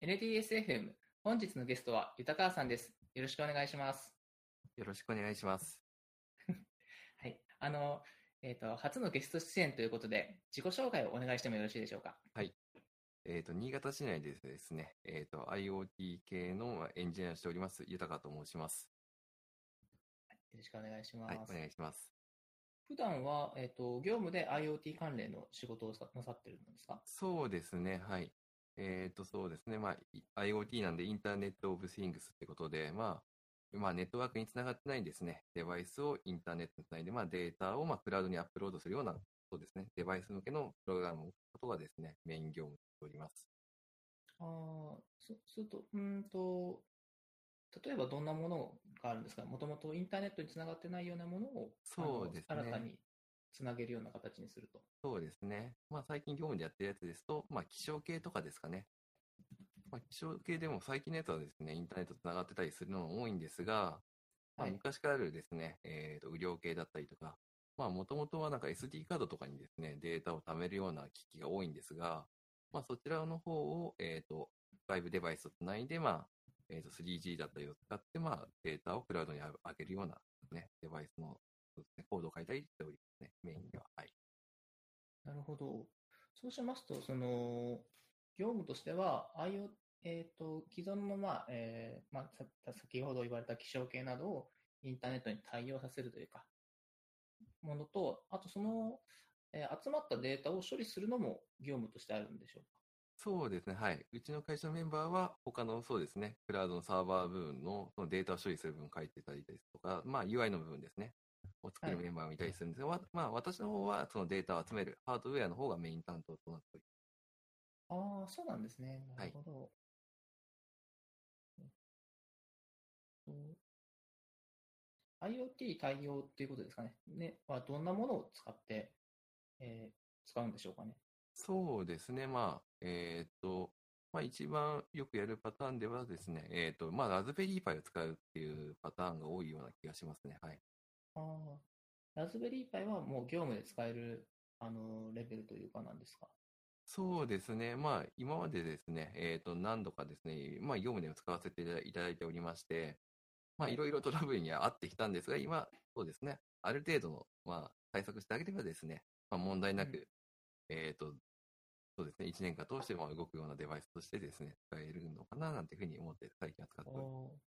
NTSFM、本日のゲストは豊川さんです。よろしくお願いします。 よろしくお願いします。 はい。初のゲスト出演ということで、自己紹介をお願いしてもよろしいでしょうか。 はい。新潟市内でですね、IoT 系のエンジニアをしております、豊と申します。 よろしくお願いしはい、おます。 願いします。 普段は、業務で IoT 関連の仕事をなさってるんですか？ そうですね、はい。そうですね、IoT なんでインターネットオブシングスってことで、ネットワークにつながってないですね、デバイスをインターネットにつないで、データをクラウドにアップロードするような、そうですね、デバイス向けのプログラムをことがですね、メイン業務としております。 すると、例えばどんなものがあるんですか？もともとインターネットにつながってないようなものを、 そうですね。 新たにつなげるような形にすると。 そうですね。最近業務でやってるやつですと、気象系とかですかね。気象系でも最近のやつはですね、インターネットつながってたりするのも多いんですが、 はい。 昔からあるですね、雨量計だったりとか、もともとはなんか SD カードとかにですね、データを貯めるような機器が多いんですが、そちらの方を、外部デバイスとつないで、3G だったりを使って、データをクラウドに上げるような、ね、デバイスの、そうですね、コードを書いたりしておりますね、メインでは。はい。 なるほど。そうしますと、業務としては、既存の、先ほど言われた気象系などをインターネットに対応させるというか、ものと、あと集まったデータを処理するのも業務としてあるんでしょうそうですね、はい。うちの会社のメンバーは、他のそうですね、クラウドのサーバー部分のそのデータを処理する部分を書いてたりですとか、UI の部分ですね、を作か？はい。 るメンバーもいたりするんですが、私の方はそのデータを集めるハードウェアの方がメイン担当となっておりああ、そうなんですね。なます。はい。 るほど。と IoT 対応っていうことですかね。どんなものを使って、使うんでしょうかね。 そうですね、一番よくやるパターンではですね、ラズベリーパイを使うっていうパターンが多いような気がしますね。はい。 ああ、ラズベリーパイはもう業務で使える、レベルというかなんですか？ そうですね。今までですね、何度かですね、業務でも使わせていただいておりまして、 はい。 いろいろトラブルにはあってきたんですが、今、そうですね、ある程度の、対策してあげればですね、問題うん。 なく、えっと、そうですね、1年間通して動くようなデバイスとしてですね、使えるのかななんていうふうに思って最近は使っております。 お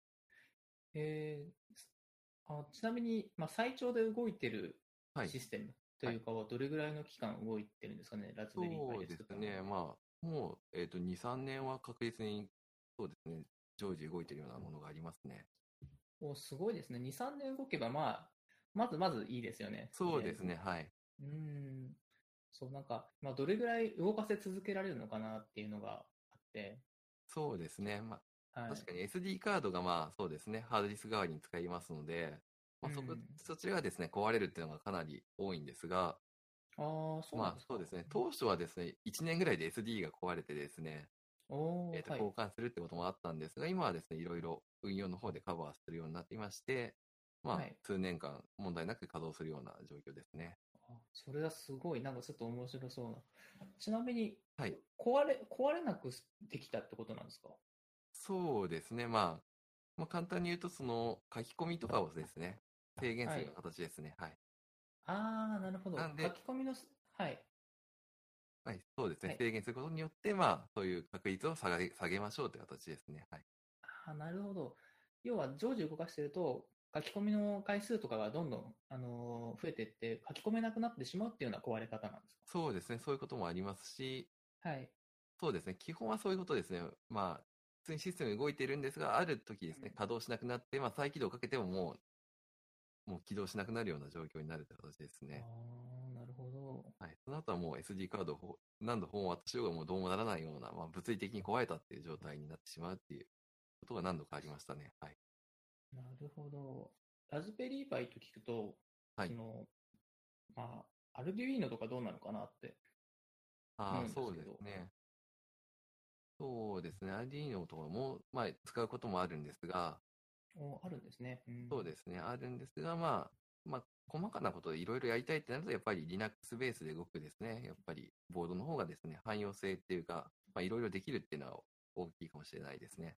ちなみに、最長で動いてるはい。 システムとはい。 いうかは、どれぐらいの期間動いてるんですかね、ラズベリーパイそうでですね、 作ったものは。 もう、2、3年は確実に、そうですね、常時動いているようなものがありますね。 すごいですね。2、3年動けば、まずいいですよね、とりあえず。 そうですね、はい。 うーん。そう、どれぐらい動かせ続けられるのかなっていうのがあって、 そうですね。 はい。 確かに SD カードがそうですね、ハードディスク代わりに使いますので、 うん。 そちらがですね、壊れるっていうのがかなり多いんですが、 ああ、そうなんですか。 そうですね、当初はですね、1年ぐらいで SD が壊れてですね、 はい。 交換するってこともあったんですが、今はですね、いろいろ運用の方でカバーするようになっていまして、 はい。 数年間問題なく稼働するような状況ですね。 それはすごい、ちょっと面白そうな。ちなみに、 はい。 壊れなくできたってことなんですか？ そうですね、簡単に言うと、その書き込みとかをですね、制限するよはい。 うな形ですね。はい。 ああ、なるほど。書なんで、 き込みのはい。 はい、そうですね。 はい。 制限することによって、そういう確率を下げましょうという形ですね。はい。 なるほど。要は常時動かしてると、書き込みの回数とかがどんどん、増えていって、書き込めなくなってしまうっていうような壊れ方なんですか？ そうですね。そういうこともありますし、 はい。 そうですね。基本はそういうことですね。普通にシステム動いているんですが、ある時ですね、稼働しなくなって、再起動をかけてももう起動しなくなるような状況になるという形ですあね。 あ、なるほど。 はい。その後はもう SD カードを何度本を渡しようがもうどうもならないような、物理的に壊れたっていう状態になってしまうっていうことが何度かありましたね。はい。 なるほど。ラズベリーパイと聞くと、 はい。 その、アルデュイーノとかどうなのかなって思うんでそうすけど、 ですね。そうですね。RDE のところも、使うこともあるんですが、 あるんですね。うん。 そうですね。あるんですが、細かなことでいろいろやりたいってなると、やっぱり Linux ベースで動くですね。やっぱりボードの方がですね、汎用性っていうか、いろいろできるっていうのは大きいかもしれないですね。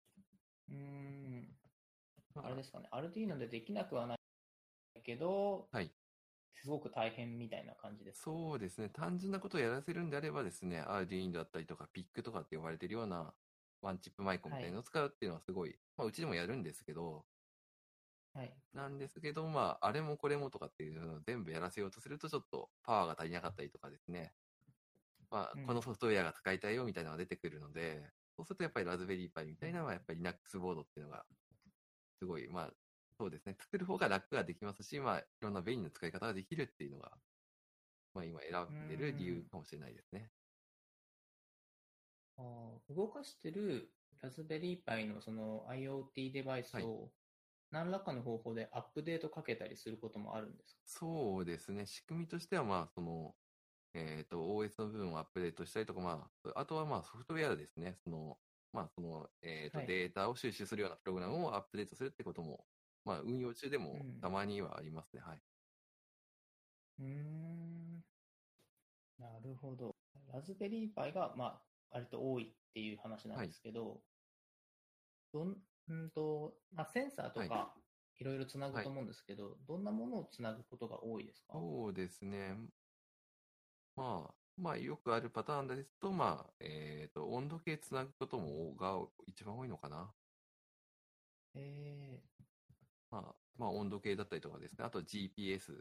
まあれですかね、Arduino でできなくはないけど、 はい。 すごく大変みたいな感じですか？ そうですね。単純なことをやらせるんであればですね、Arduino だったりとか PIC とかって呼ばれてるようなワンチップマイコみはい。 たいなのを使うっていうのはすごい、まあ、うちでもやるんですけど、 はい。 なんですけど、まあ、あれもこれもとかっていうのを全部やらせようとすると、ちょっとパワーが足りなかったりとかですね、まあ、このうん。 ソフトウェアが使いたいよみたいなのが出てくるので、そうするとやっぱりラズベリーパイみたいなのは、やっぱり Linux ボードっていうのが、すごい、まあ、そうですね、作る方が楽ができますし、まあ、いろんな便利な使い方ができるっていうのが、まあ、今選うんでる理由ん。 かもしれないですね。 動かしてるラズベリーパイのその IoT デバイはい。 スを何らかの方法でアップデートかけたりすることもあるんですか？ そうですね、仕組みとしては、まあ、OS の部分をアップデートしたりとか、まあ、あとはまあソフトウェアですね、まあ、 はい。 データを収集するようなプログラムをアップデートするってことも、まあ、運用中でもうん。 たまにはありますね。はい。 うーん。なるほど。ラズベリーパイが、まあ、割と多いっていう話なんではい。 すけど、まあ、センサーとはい。 かいろいろつなぐはい。 と思うんですけど、どんなものをつなぐことが多いですか？ そうですね。まあ、よくあるパターンですと、まあ、温度計つなぐことが一番多いのかな。 えまあ、温度計だったりとかですね。あと GPS。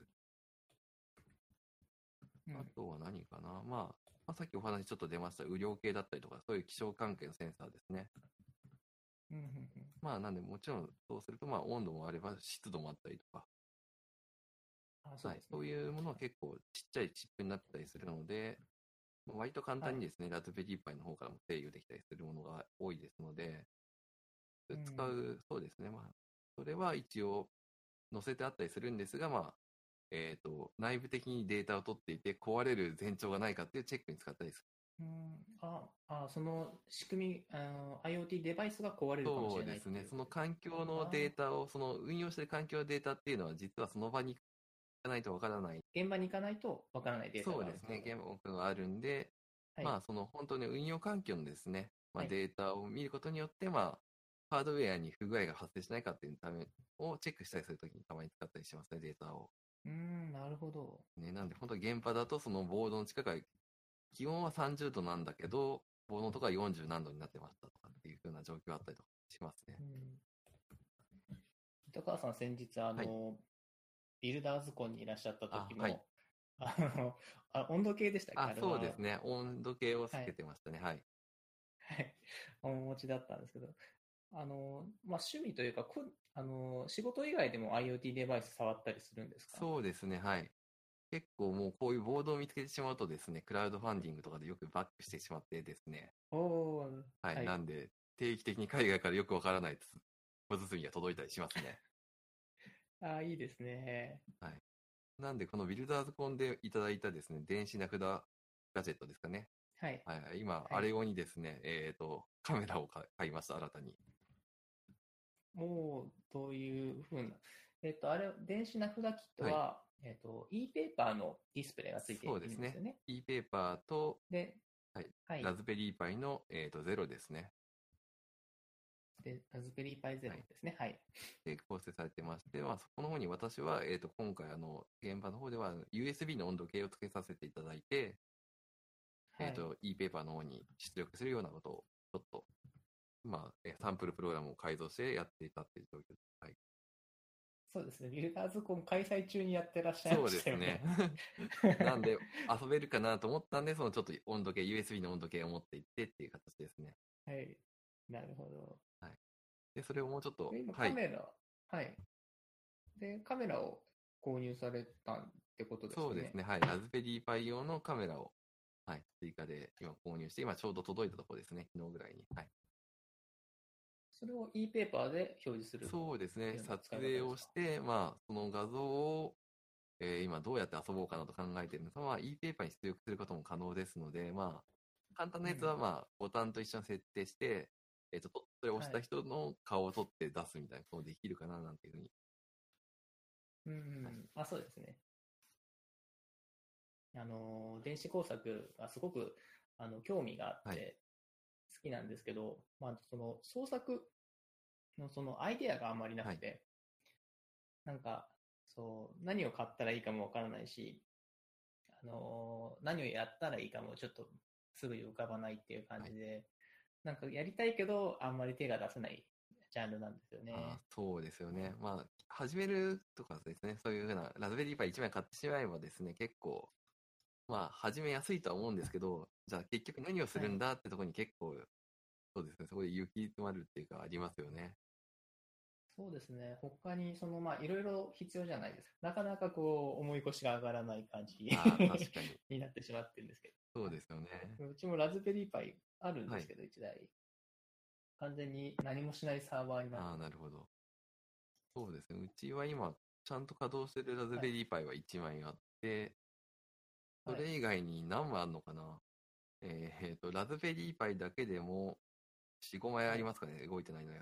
あうん。 とは何かな。まあ、さっきお話ちょっと出ました雨量計だったりとか、そういう気象関係のセンサーですね。 うん、うん、 まあ、なんで、もちろん、そうすると、まあ、温度もあれば、湿度もあったりとか、 うん。あ、そうはい、 ですね。 そういうものは結構ちっちゃいチップになったりするので、割と簡はい。 単にですね、ラズベリーパイの方からも制御できたりするものが多いですので、 うん。 そうですね、まあ、それは一応載せてあったりするんですが、まあ、内部的にデータを取っていて、壊れる前兆がないかっていうチェックに使ったりする。 うん。その仕組み、IoT デバイスが壊れるかもしれないっそうですね、そのていうことです環境か？ のデータを、その運用している環境のデータっていうのは、実はその場に行かないとわからない。 現場に行かないとわからないデータそうですね、 があるってこと。 原木があるんで、 はい。 まあ、その本当に運用環境のですね、まあ、 はい。 データを見ることによって、まあ、ハードウェアに不具合が発生しないかっていうためをチェックしたりするときにたまに使ったりしますね、データを。 なるほど。 ね、なんで、本当現場だと、そのボードの近くが、気温は30度なんだけど、ボードのとか40何度になってましたとかっていう風な状況があったりとかしますね。 うん。糸川さん、先日、 はい。 ビルダーズコンにいらっしゃった時はい。 も、あの、温度計でしたっけ、あれは？ そうですね。温度計をつけはい。 てましたね。はい。 はい。お持ちだったんですけど、まあ、趣味というか、仕事以外でも IoT デバイス触ったりするんですか？ そうですね。はい。結構もうこういうボードを見つけてしまうとですね、クラウドファンディングとかでよくバックしてしまってですね。 おー、 はい。 はい。 なんで、定期的に海外からよくわからない小包が届いたりしますね。 いいですね。 はい。なんで、このビルダーズコンでいただいたですね、電子名札ガジェットですかね。 はい。 はい。今、 はい。 あれ用にですね、カメラを買いました、新たに。 もう、どういうふうな、あれ、電子名札キットはい。 は、e-paper のディスプレイがついてそうですね。 いるんですよね。 e ペーパーと、 で、 はい、 はい。 ラズベリーパイの、ゼロですね。 で、ラズベリーパイゼはい。 ロですね。はい。 で、構成されてまして、まあ、そこの方に私は、今回、現場の方では USB の温度計をつけさせていただいて、 はい。 e ペーパーの方に出力するようなことを、ちょっと、まあ、サンプルプログラムを改造してやっていたっていう状況です。はい。 そうですね。ビルダーズコン開催中にやってらっしゃいまそうですね。 したよね。 なんで、遊べるかなと思ったんで、そのちょっと温度計、USB の温度計を持って行ってっていう形ですね。 はい。なるほど。 はい。で、それをもうちょっと、 で今、 はい。 はい。で、カメラを購入されたってことですよね。 そうですね。はい。ラズベリーパイ用のカメラを、はい、追加で今購入して、今ちょうど届いたところですね。昨日ぐらいに。はい。 それを e ペーパーで表示するそうですね。 ような撮影使い方ですか？ をして、まあ、その画像を、今どうやって遊ぼうかなと考えているのか、まあ、e ペーパーに出力することも可能ですので、まあ、簡単なやつは、 うん。 まあ、ボタンと一緒に設定して、それを押したはい。 人の顔を撮って出すみたいなこともできるかな、なんていうふうに。 うん、うはい。 ん。そうですね。電子工作がすごく、興味があっはい。 て、 好きなんですけど、まあ、その創作のそのアイデアがあんまりなはい。 くて、なんか、そう、何を買ったらいいかもわからないし、何をやったらいいかもちょっとすぐに浮かばないっていう感はい。 じで、なんかやりたいけど、あんまり手が出せないジャンルなんですよね。 そうですよね。まあ、始めるとかですね、そういうふうなラズベリーパイ1枚買ってしまえばですね、結構、まあ、始めやすいとは思うんですけど、じゃあ結局何をすはい。 るんだってところに結構、そうですね、そこで行き詰まるっていうか、ありますよね。 そうですね。他に、まあ、いろいろ必要じゃないですか。なかなかこう、重い腰が上がらない感じ確かに。 になってしまってるんですけど。はい。 そうですよね。 うちもラズベリーパイあるんはい。 ですけど、1台。完全に何もしないサーバーになってます。 なるほど。そうですね。うちは今、ちゃんと稼働してるラズはい。 ベリーパイは1枚あって、そはい。 れ以外に何枚あるのかな。ラズベリーパイだけでも4、5枚あはい。 りますかね、動いてないのや。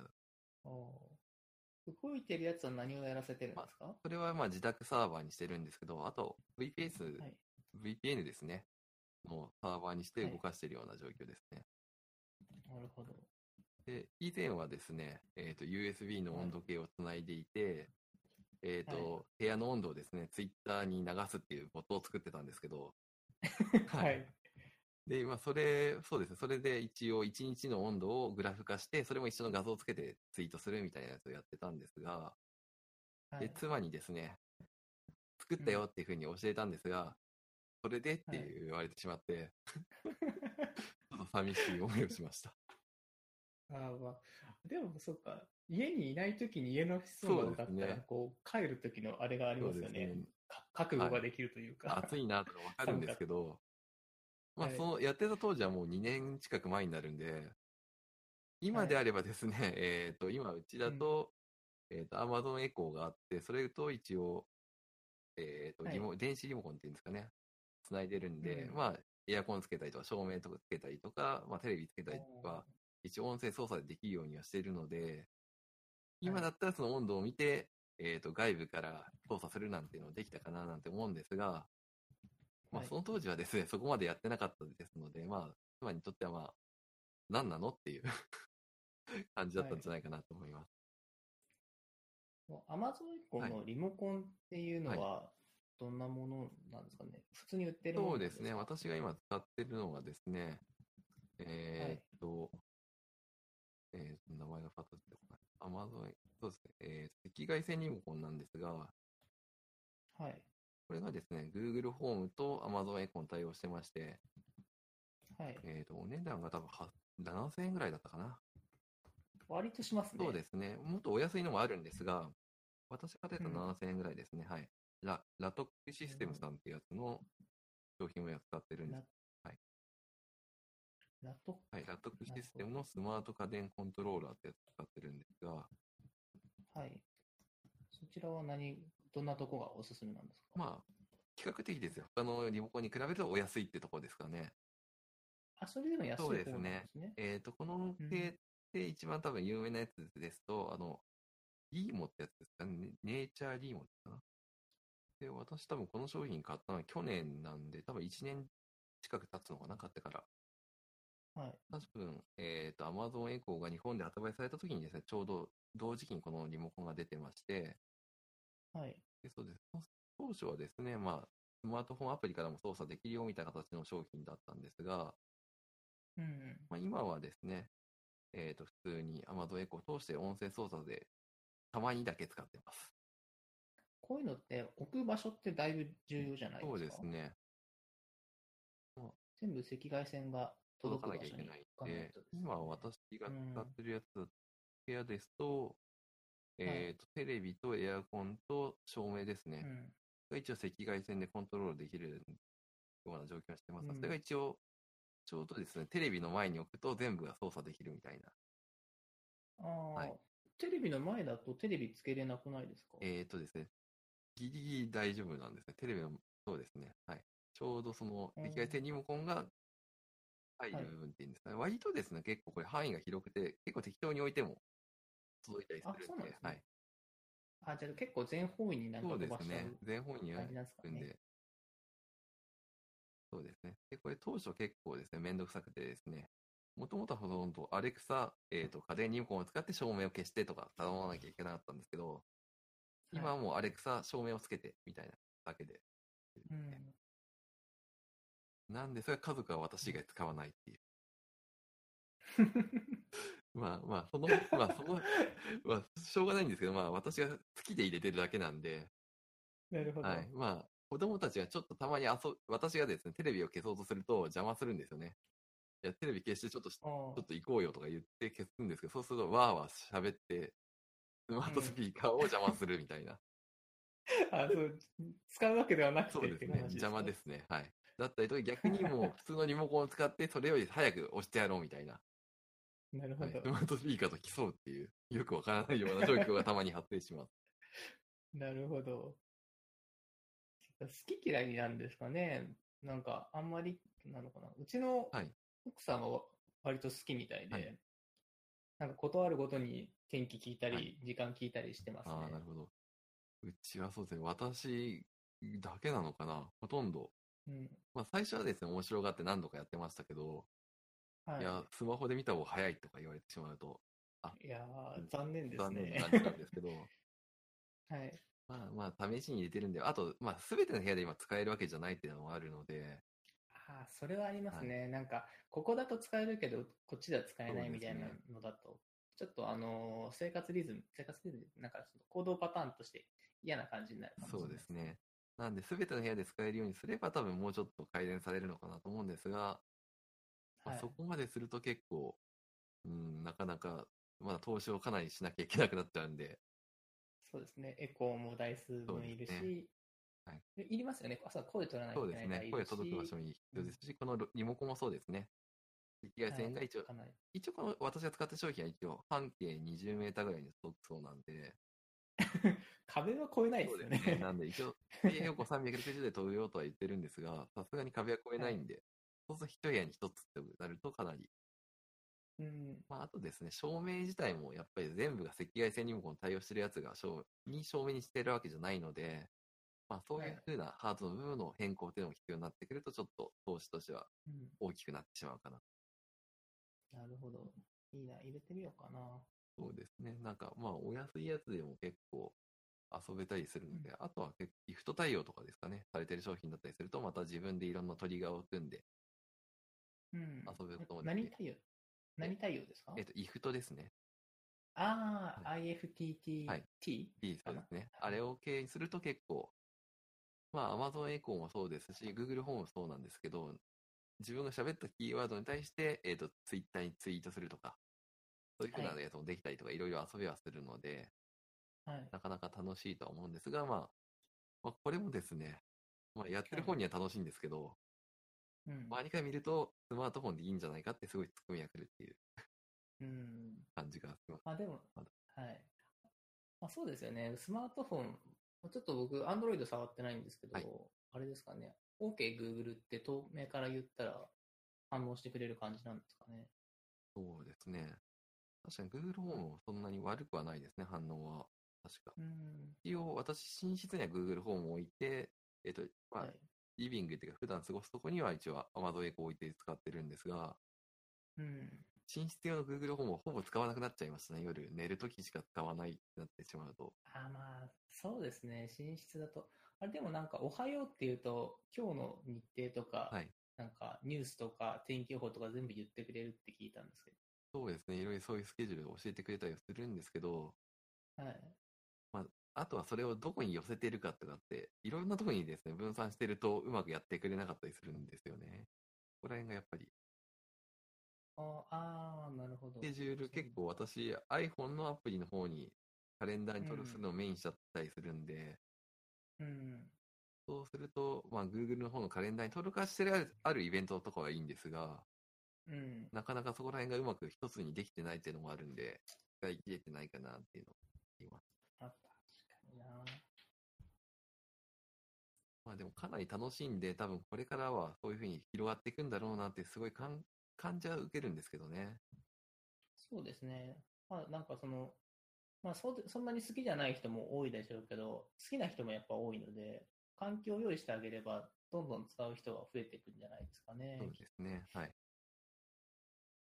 動いてるやつは何をやらせてるんまあ、 ですか？ それはまあ自宅サーバーにしてるんですけど、あとはい。 VPN ですね。のサーバーにしてはい。 動かしているような状況ですね。 なるほど。 で、以前はですね、USB のはい。 温度計をつないでいて、 はい。 部屋の温度をですね、Twitter に流すっていうボットを作ってたんですけど、はい。 はい。 で、まあ、そうですね、それで一応1日の温度をグラフ化して、それも一緒の画像をつけてツイートするみたいなやつをやってたんですが、で、 はい。 妻にですね、作っうん。 たよっていうふうに教えたんですが、それでってはい。 言われてしまって、ちょっと寂しい思いをしました。 まあ、でも、そっか。家にいないときに家の室そう温だったら、 ですね。 こう、帰るときのあれがありますよね。 そうですね。 覚悟はい。 ができるというか暑いなとかわかるんで寒かった。 すけど、まあ、 はい。 やってた当時はもう2年近く前になるんで、 はい。 今であればですね、今うちうん。 だと、Amazon エコーがあって、それと一応、 はい。 電子リモコンっていうんですかね、つないでるんで、 うん。 まあ、エアコンつけたりとか、照明とかつけたりとか、まあ、テレビつけたおりとか、 ー。 一応音声操作でできるようにはしているので、 はい。 今だったらその温度を見て、外部から操作するなんていうのできたかななんて思うんですが、まあ、 はい。 その当時はですね、そこまでやってなかったですので、まあ、妻にとってはまあ、何なのっていう感じだっはい。 たんじゃないかなと思います。 Amazon エコはい。 のリモコンっていうはい。 のは、どんなものなんですかね。普通に売ってるもそうですね。 のなんですか？ 私が今使ってるのがですね、 はい。 えーっと、名前がパッと出てこない。Amazon、そうですね。赤外線リモコンなんですが、 はい。 これがですね、Google ホームと Amazon エコン対応してまして、 はい。 お値段が多分7000円ぐらいだったかな。 割としますね。 そうですね。もっとお安いのもあるんですが、私が出たうん。 7000円ぐらいですね。はい。ラトックシステムさんっていうやつの商品を使ってるんです。 ラ、 はい。 ラトッはい。 ク。 ラトックシなるほステムのスマート家電コントローラーってやつを使ってるんですが、 ど。はい。そちらはどんなとこがおすすめなんですか？ まあ、比較的ですよ。他のリモコンに比べるとお安いってところですかね。 あ、それでもそう安い方なんでですね。 すね。 このうん。 系で一番多分有名なやつですと、リーモってやつですかね。ネイチャーリーモかな。で、私多分この商品買ったのは去年なんで、多分1年近く経つのかな、買ってから。 はい。 多分、Amazon エコーが日本で発売された時にですね、ちょうど同時期にこのリモコンが出てまして、 はい。 で、そうです。当初はですね、まあ、スマートフォンアプリからも操作できるよみたいな形の商品だったんですが、 うん。 まあ、今はですね、普通に Amazon エコーを通して音声操作でたまにだけ使ってます。 こういうのって置く場所ってだいぶ重要じゃないそうですか？ ですね。まあ、 全部赤外線が届か届く場所になきゃいけないん置かないで、 とですよ今ね。 私が使っうん。 てるやつ、部屋ですと、 はい。 テレビとエアコンと照明ですね。 うん。 が一応赤外線でコントロールできるような状況にしてます。それうん。 が一応、ちょうどですね、テレビの前に置くと全部が操作できるみたいな。はい。 ああ、テレビの前だとテレビつけれなくないですか？ ですね、ギリギリ大丈夫なんですね。テレビの、そうですね。はい。ちょうどそのうん。 赤外線リモコンが入はい。 る部分っていうんですかね。割とですね、結構これ範囲が広くて、結構適当に置いても届いたりすあ、 るんで、 そうなんですね。 はい。 あ、じゃあ結構全方位になんそうか飛ですね。 ばしちゃう全方位には感じなんですかね。 行くんで、そうですね。で、これ当初結構ですね、めんどくさくてですね、 もともとはほとんどアレクサ、家電リモコンを使って照明を消してとか頼まなきゃいけなかったんですけど、 はい。 今はもうアレクサ照明をつけてみたいなだけで。 うん。 なんで、それは家族は私以外使わないっていう。まあまあ、まあ、しょうがないんですけど、まあ私が好きで入れてるだけなんで、 なるほはい。 ど。 まあ、子供たちがちょっとたまに私がですね、テレビを消そうとすると邪魔するんですよね。いや、テレビ消してちああ。 ょっと行こうよとか言って消すんですけど、そうするとわーわー喋って、スマートスうん。 ピーカーを邪魔するみたいな。 あ、そう、使うわけではなくてっていうそうですね。邪話ですか？ 魔ですね。はい。だったりとか、逆にもう普通のリモコンを使ってそれより早く押してやろうみたいな。はい。スなるほど。 マートスピーカーと競うっていう、よくわからないような状況がたまに発生します。 なるほど。好き嫌いなんですかね。なんか、あんまりなのかな。うちのはい。 奥さんは割と好きみたいはい。 で、なんか断るごとに天気聞いたはい。 り、時間聞いたりしてますああ、なね。 るほど。うちはそうですね。私だけなのかな。ほとんど。 うん。 まあ最初はですね、面白がって何度かやってましたけど、いや、 はい。 スマホで見た方が早いとか言われてしまうと、あ、 いやうん、 残念です残念なね。 感じなんですけど、 はい。 まあまあ試しに入れてるんで、あと、まあ全ての部屋で今使えるわけじゃないっていうのもあるので、 ああ、それはありまはい。 すね。なんか、ここだと使えるけど、こっちでは使えそうないみたいなですね。 のだと、ちょっと生活リズム、なんかその行動パターンとして嫌な感じになるかもしそうれないですね。 ですね。なんで全ての部屋で使えるようにすれば多分もうちょっと改善されるのかなと思うんですが、まあ、 はい。 そこまですると結構、うん、なかなか、まだ投資をかなりしなきゃいけなくなっちゃうんで、 そうですね。エコーも台数そうもいですね。 るし、 はい。 いりますよね。朝声取らないといそうですね。 けない場合いる声届く場し、 所に必うん。 要ですし、このリモコンもそうですね。赤外はい。 線がかなり。 一応この私が使った商品は一応半径20メーターぐらいに届くそうなんで、 壁は越えないですそうですね。なよね。 んで一応、水平方向360で飛ぶよとは言ってるんですが、さすがに壁は越えはい。 ないんで、そうすると一部屋に一つってなるとかなり。 うん。 まあ、あとですね、照明自体もやっぱり全部が赤外線リモコンに対応してるやつが照明にしてるわけじゃないので、まあ、そういうはい。 風なハードの部分の変更っていうのも必要になってくると、ちょっと投資としてはうん。 大きくなってしまうかな。 なるほど。いいな。入れてみようかな。 そうですね。なんか、まあ、お安いやつでも結構遊べたりするうん。 ので、あとはギフト対応とかですかね、されてる商品だったりすると、また自分でいろんなトリガーを組んでうん。 遊ぶこともできて、 何対応え、 何対応ですか？ ギフトですね。 ああ、 はい。はい。 IFTTT かな？ そうですね。あはい。 れを経由すると結構、まあ、Amazon エコーもそうですし、Google ホームもそうなんですけど、自分が喋ったキーワードに対して、Twitter にツイートするとか、そういう風はい。 なやつもできたりとか、いろいろ遊びはするので、 はい。 なかなか楽しいとは思うんですが、これもですね、まあ、やってるはい。 本には楽しいんですけど、 うん。 周りから見ると、スマートフォンでいいんじゃないかってすごいツッコミが来るっていううん。 感じがします。 まあでも、 まだはい。まあそうですよね。スマートフォン、ちょっと僕、Android 触ってないんですけはい。 ど、あれですかね。OK Google って遠目から言ったら反応してくれる感じなんですかね。 そうですね。確かに Google ホームもそんなに悪くはないですね、反応は。確か。 うん。 一応、私、寝室には Google ホームを置いて、まあ、 はい。 リビングっていうか、普段過ごすとこには一応 Amazon エコー置いて使ってるんですが、 うん。 寝室用の Google ホームをほぼ使わなくなっちゃいましたね。夜、寝るときしか使わないってなってしまうと。 あ、まあ、そうですね。寝室だと。あれでもなんか、おはようっていうと、今日の日程とか、 はい。 なんか、ニュースとか、天気予報とか全部言ってくれるって聞いたんですけそうですね。いろいろそういうスケジュールを教えてくれたりはするんですけど、 ど。はい。 まあ、あとはそれをどこに寄せてるかとかって、いろんなところにですね、分散してるとうまくやってくれなかったりするんですよね。ここら辺がやっぱり、 なるほど。 スケジュールそう。 結構私 iPhone のアプリの方にカレンダーに登録するうん。 のをメインしちゃったりするんで、 うん。 そうすると、まあ、Google の方のカレンダーに登録はしてあるイベントとかはいいんですが、 うん。 なかなかそこら辺がうまく一つにできてないっていうのもあるんで、使い切れてないかなっていうのを言います。 確かにな。 まあでもかなり楽しいんで、多分これからはそういう風に広がっていくんだろうなってすごい感じは受けるんですけどね。 そうですね。まあ、なんかそんなに好きじゃない人も多いでしょうけど、好きな人もやっぱ多いので、環境を用意してあげれば、どんどん使う人が増えていくんじゃないですかね。 そうですね。はい。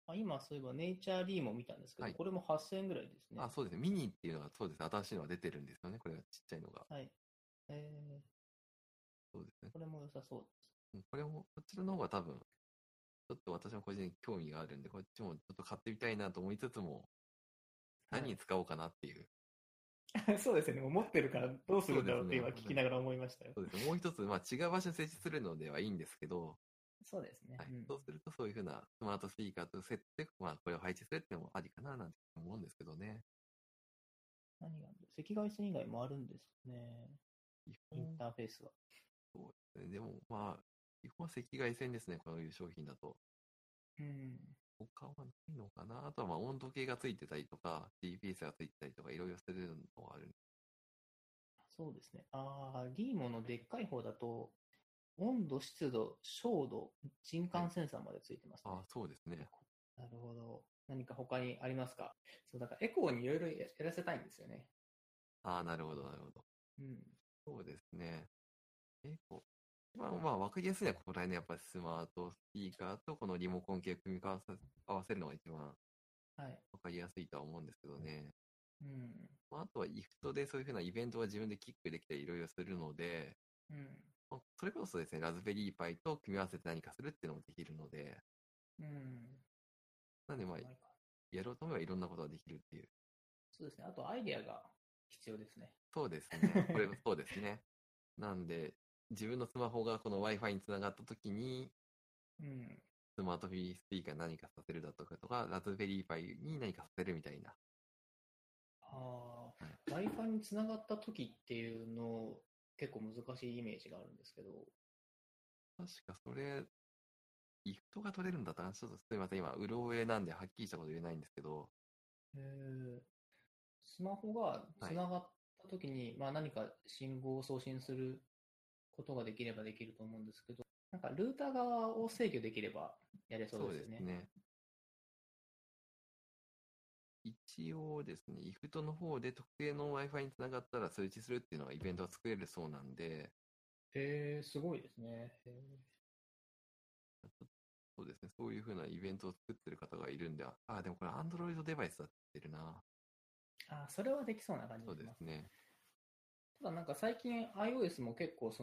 今、そういえばネイチャーリーも見たんですけど、 はい。 これも8000円ぐらいですね。 そうですね。ミニっていうのが、そうですね。新しいのが出てるんですよね。これがちっちゃいのが。 はい。えそうですね。 これも良さそうです。 これも、こちらの方が多分、ちょっと私も個人的に興味があるんで、こっちもちょっと買ってみたいなと思いつつも、 はい。 何に使おうかなっていう。 そうですね。もう持ってるからどうするんだろうってそうですね。 今聞きながら思いましたよ。 そうですね。もう一つ、違う場所に設置するのではいいんですけど、 そうですね。 はい。 うん。 そうすると、そういうふうなスマートスピーカーとセットで、これを配置するっていうのもありかななんて思うんですけどね。 何があるんだ赤外線以外もあるんですね。イン基本、 ターフェースは。 そうですね。でも、基本は赤外線ですね。こういう商品だと。 うん。 他はないのかな。あとは温度計がついてたりとか、GPS がついてたりとか、いろいろするのがある。 そうですね。リーモのでっかい方だと、温度、湿度、照度、人はい。 感センサーまでついてますね。 そうですね。 なるほど。何か他にありますか？そう、だからエコーにいろいろやらせたいんですよね。 なるほど、なるほど。 うん。 そうですね。結構、わかりやすいのは、ここら辺のやっぱりスマートスピーカーとこのリモコン系を組み合わせるのが一番わはい。 かりやすいとは思うんですけどね。 うん。 あとは IFT でそういうふうなイベントは自分でキックできたりいろいろするので、 うん。 それこそですね、ラズベリーパイと組み合わせて何かするっていうのもできるので、 うん。 なんでないか。 やろうと思えばいろんなことができるっていう。 そうですね。あとアイデアが必要ですね。 そうですね。これもそうですね。なんで、自分のスマホがこの Wi-Fi につながったときに、 うん。 スマートフィースピーカーに何かさせるだとか、ラズベリーパイに何かさせるみたいな。はい。 Wi-Fi につながった時っていうの、結構難しいイメージがあるんですけど。 確かそれ、イフトが取れるんだったら、ちょっとすみません、今、うろ覚えなんではっきりしたこと言えないんですけど、 スマホがはい。 つながった時に、何か信号を送信することができればできると思うんですけど、なんかルーター側を制御できればやれそうそうですよね。 ですね。一応ですね、イフトの方で特定の Wi-Fi につながったら通知するっていうのはイベントは作れるそうなんで、 すごいですね。 そうですね、そういうふうなイベントを作ってる方がいるんで、でもこれ Android デバイスだってるな。 それはできそうな感じそうしますね。 ですね。 ただなんか最近 iOS も結構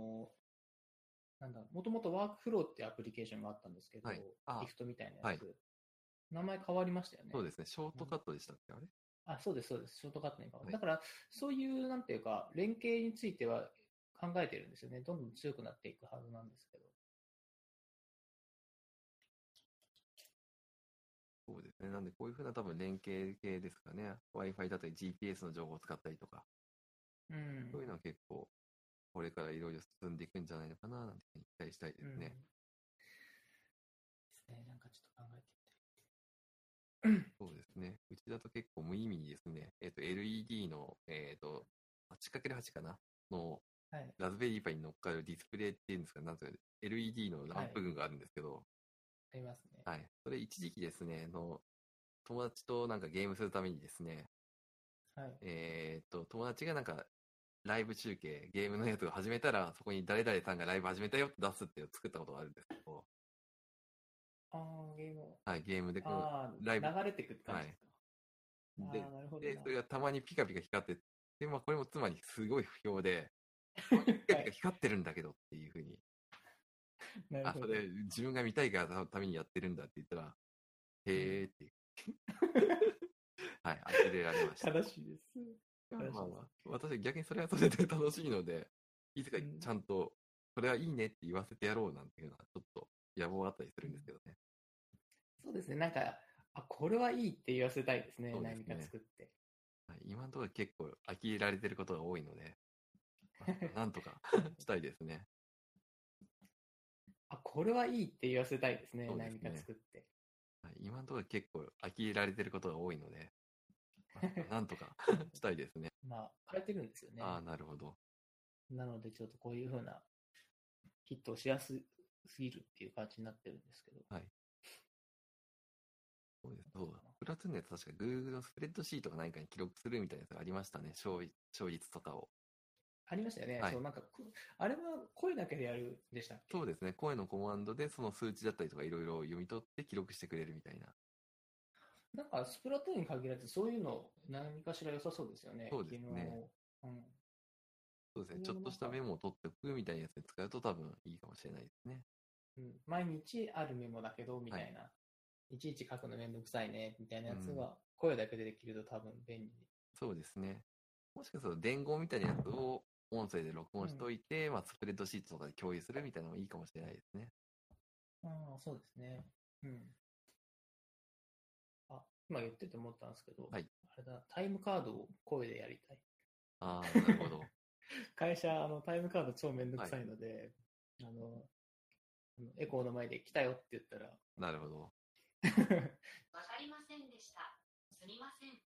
もともとワークフローってアプリケーションがあったんですけど、 はい。 IFT みたいなやはい。 つ、名前変わりましたよね。 そうですね、ショートカットでしたっけ、あれ。 そうです、そうです。ショートカットに変わる。 はい。 だから、そういう、なんていうか、連携については考えてるんですよね。どんどん強くなっていくはずなんですけど。 そうですね。なんで、こういうふうな多分連携系ですかね。Wi-Fi だったり GPS の情報を使ったりとか、 うん。 そういうのは結構、これからいろいろ進んでいくんじゃないのかな、なんて期待したいでうん。ですね。 すね。なんかちょっと考えてみたい。 そうですね。うちだと結構無意味にですね、LED の、8×8 かなのはい。 ラズベリーパイに乗っかるディスプレイっていうんですか、なんとか LED のラはい。 ンプ群があるんですけど、 ありますね。 はい。それ一時期ですね、友達となんかゲームするためにですね、 はい。 友達がなんかライブ中継、ゲームのやつを始めたら、そこに誰々さんがライブ始めたよって出すっていうのを作ったことがあるんですけど、 ゲームを。 はい、ゲームでこのライブ、 流れてくって感はい。 じですか？ で、 なるほどで、 な。 それがたまにピカピカ光って、で、これもつまりすごい不評で、たまにピカピカはい。 光ってるんだけどっていうふうに、そなるほど。 れ自分が見たいからためにやってるんだって言ったら、 うん。 へーって、はい、呆れられました。 正しいです。 いや正しいです。 私逆にそれはそれで楽しいので、いつかうん。 ちゃんと、それはいいねって言わせてやろうなんていうのは、ちょっと野望あったりすうん。 るんですけどね。 そうですね。なんか、これはいいって言わせたいですね。何かそうですね。 作って。 はい、今のところ結構呆れられてることが多いので、なんとかしたいですね。 これはいいって言わせたいですね。何かそうですね。 作って。 はい、今のところ結構呆れられてることが多いので、なんとかしたいですね。 変えてるんですよね。 なるほど。 なので、ちょっとこういう風なヒットをしやすすぎるっていう感じになってるんですけど。 はい。そうです。そうだ。プラトゥーンのやつ確か Google のスプレッドシートか何かに記録するみたいなやつがありましたね。勝率とかを。 ありましたよね。 はいそう、なんか、あれは声だけでやるんでしたっけ？ そうですね。声のコマンドでその数値だったりとかいろいろ読み取って記録してくれるみたいな。 なんか、スプラトゥーンに限らず、そういうの何かしら良さそうですよね。 そうで昨日、 すね。 うん。 そうですね。 それちょっもなんか、 としたメモを取っておくみたいなやつで使うと多分いいかもしれないですね。 うん、毎日あるメモだけど、みはい。 たいな。いちいち書くのめんどくさいね、みたいなうん。 やつが、声だけでできると多分便利。 そうですね。もしかすると伝言みたいなやつを音声で録音しうん。 といて、まあ、スプレッドシートとかで共有するみたいなのもいいかもしれないですね。 ああ、そうですね。うん。あ、今言ってて思ったんですけど、 はい。 あれだ、タイムカードを声でやりたい。 ああ、なるほど。 会社、タイムカード超めんどくはい。 さいので、あの、エコーの前で来たよって言ったら、 なるほど。 わかりませんでした。すみません。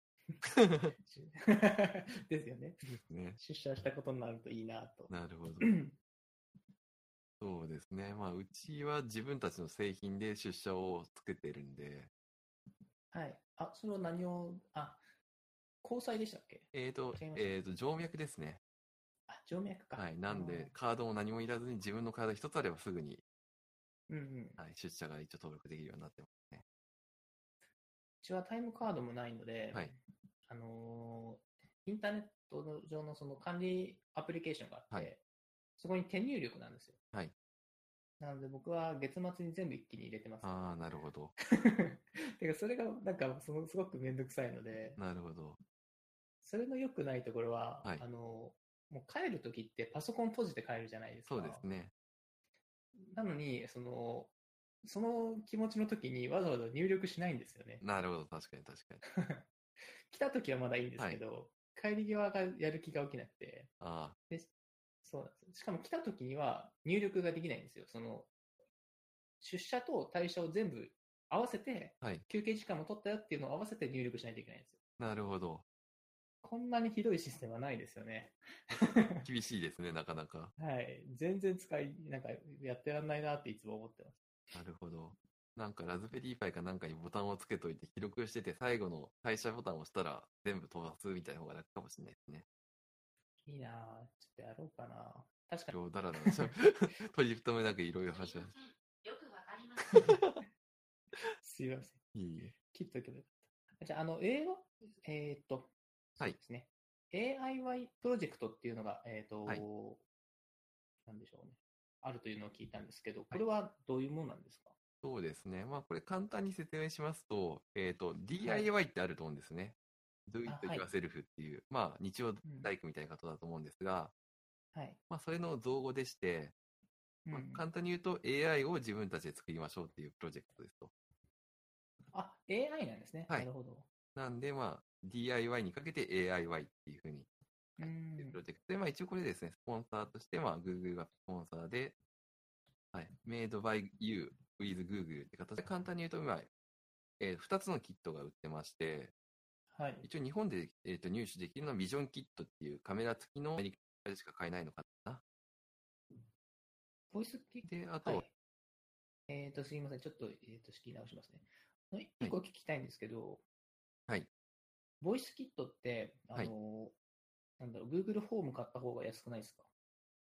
ですよね。 ね。 出社したことになるといいなと。 なるほど。そうですね。まあ、うちは自分たちの製品で出社を作ってるんで、 はい。あ、それは何を、交際でしたっけ？違いました。 静脈ですね。 あ、静脈か。 はい。なんで、カードも何もいらずに自分のカード一つあればすぐに、 うんうん。うはい、出社が一応登録できるようになってますね。 ちはタイムカードもないので、 はい。 インターネット上のその管理アプリケーションがあって、 はい。 そこに手入力なんですよ。 はい。 なので僕は月末に全部一気に入れてます、ね。 ああ、なるほど。 てかそれがなんかすごくめんどくさいので、 なるほど。 それの良くないところは、 はい。 もう帰るときってパソコン閉じて帰るじゃないですそうか。 ですね。 なのに、その気持ちの時にわざわざ入力しないんですよね。 なるほど。確かに確かに。 来た時はまだいいんですはい。 けど、帰り際がやる気が起きなくて、 ああ、 で、そうなんですよ。しかも来た時には入力ができないんですよ。出社と退社を全部合わせて、 はい。 休憩時間も取ったよっていうのを合わせて入力しないといけないんですよ。 なるほど。 こんなにひどいシステムはないですよね。 厳しいですね、なかなか。 はい。全然なんかやってらんないなっていつも思ってます。 なるほど。なんかラズベリーパイかなんかにボタンをつけといて記録してて最後の退社ボタンを押したら全部飛ばすみたいな方が楽かもしれないですね。 いいなぁ。ちょっとやろうかな。確かに。 今日だらだら取り留めなくいろいろ話しましよくわかりません。 すいません。 た。いいえ。 切っとけばよかった。じゃあ、英語そうですね。AIY プロジェクトっていうのが、 はい。 なんでしょうね。あるというのを聞いたんですけど、 はい。 これはどういうものなんですか？ そうですね。まあこれ簡単に説明しますと、 はい。 DIY ってあると思うんですね。Do it はい。 yourself っていう、まあ日曜うん。 大工みたいな方だと思うんですが、 はい。 まあそれの造語でして、まあ、 うん。 簡単に言うと AI を自分たちで作りましょうっていうプロジェクトですと。 あ、AI なんですね。 はい。 なるほど。 なんで、まあ、DIY にかけて AIY っていうふうに、 うはい、いうプん。 ロジェクトで、まあ一応これですね、スポンサーとして、まあ Google がスポンサーで、はい、Made by You with Google って形で簡単に言うと、今、2つのキットが売ってまして、 はい。 一応日本で、入手できるのはビジョンキットっていうカメラ付きのアメリカでしか買えないのかな。 ボイスキッで、あと、 はい。すいません。ちょっと、仕切り直しますね。 はい、 一個聞きたいんですけど、 はい、 ボイスキットって、 はい。 なんだろう、Google フォーム買った方が安くないですか？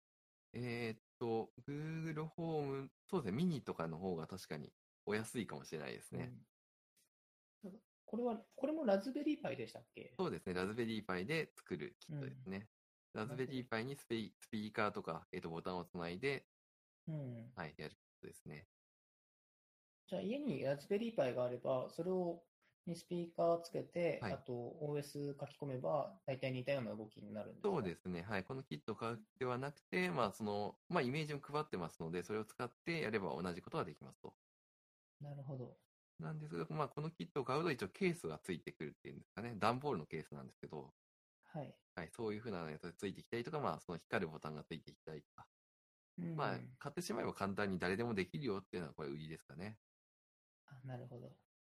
Google ホーム、そうですね、ミニとかの方が確かにお安いかもしれないですね。 うん。なんかこれもラズベリーパイでしたっけ？ そうですね、ラズベリーパイで作るキッうん。 トですね。ラズベなるほど。 リーパイにスピーカーとか、ボタンをつないで、 うん。 はい、やるキットですね。 じゃあ家にラズベリーパイがあれば、それにスピーカーつけて、 はい。 あと OS 書き込めば、大体似たような動きになるんですか？ そうですね、はい、このキットを買うではなくて、まあ、まあ、イメージを配ってますので、それを使ってやれば同じことができますと。 なるほど。 なんですけど、まあ、このキットを買うと一応ケースがついてくるっていうんですかね、段ボールのケースなんですけど、 はい。 はい、そういう風なやつがついてきたりとか、まあ、その光るボタンがついてきたりとか、 うまあ、 ん。 買ってしまえば簡単に誰でもできるよっていうのはこれ売りですかね。 なるほど。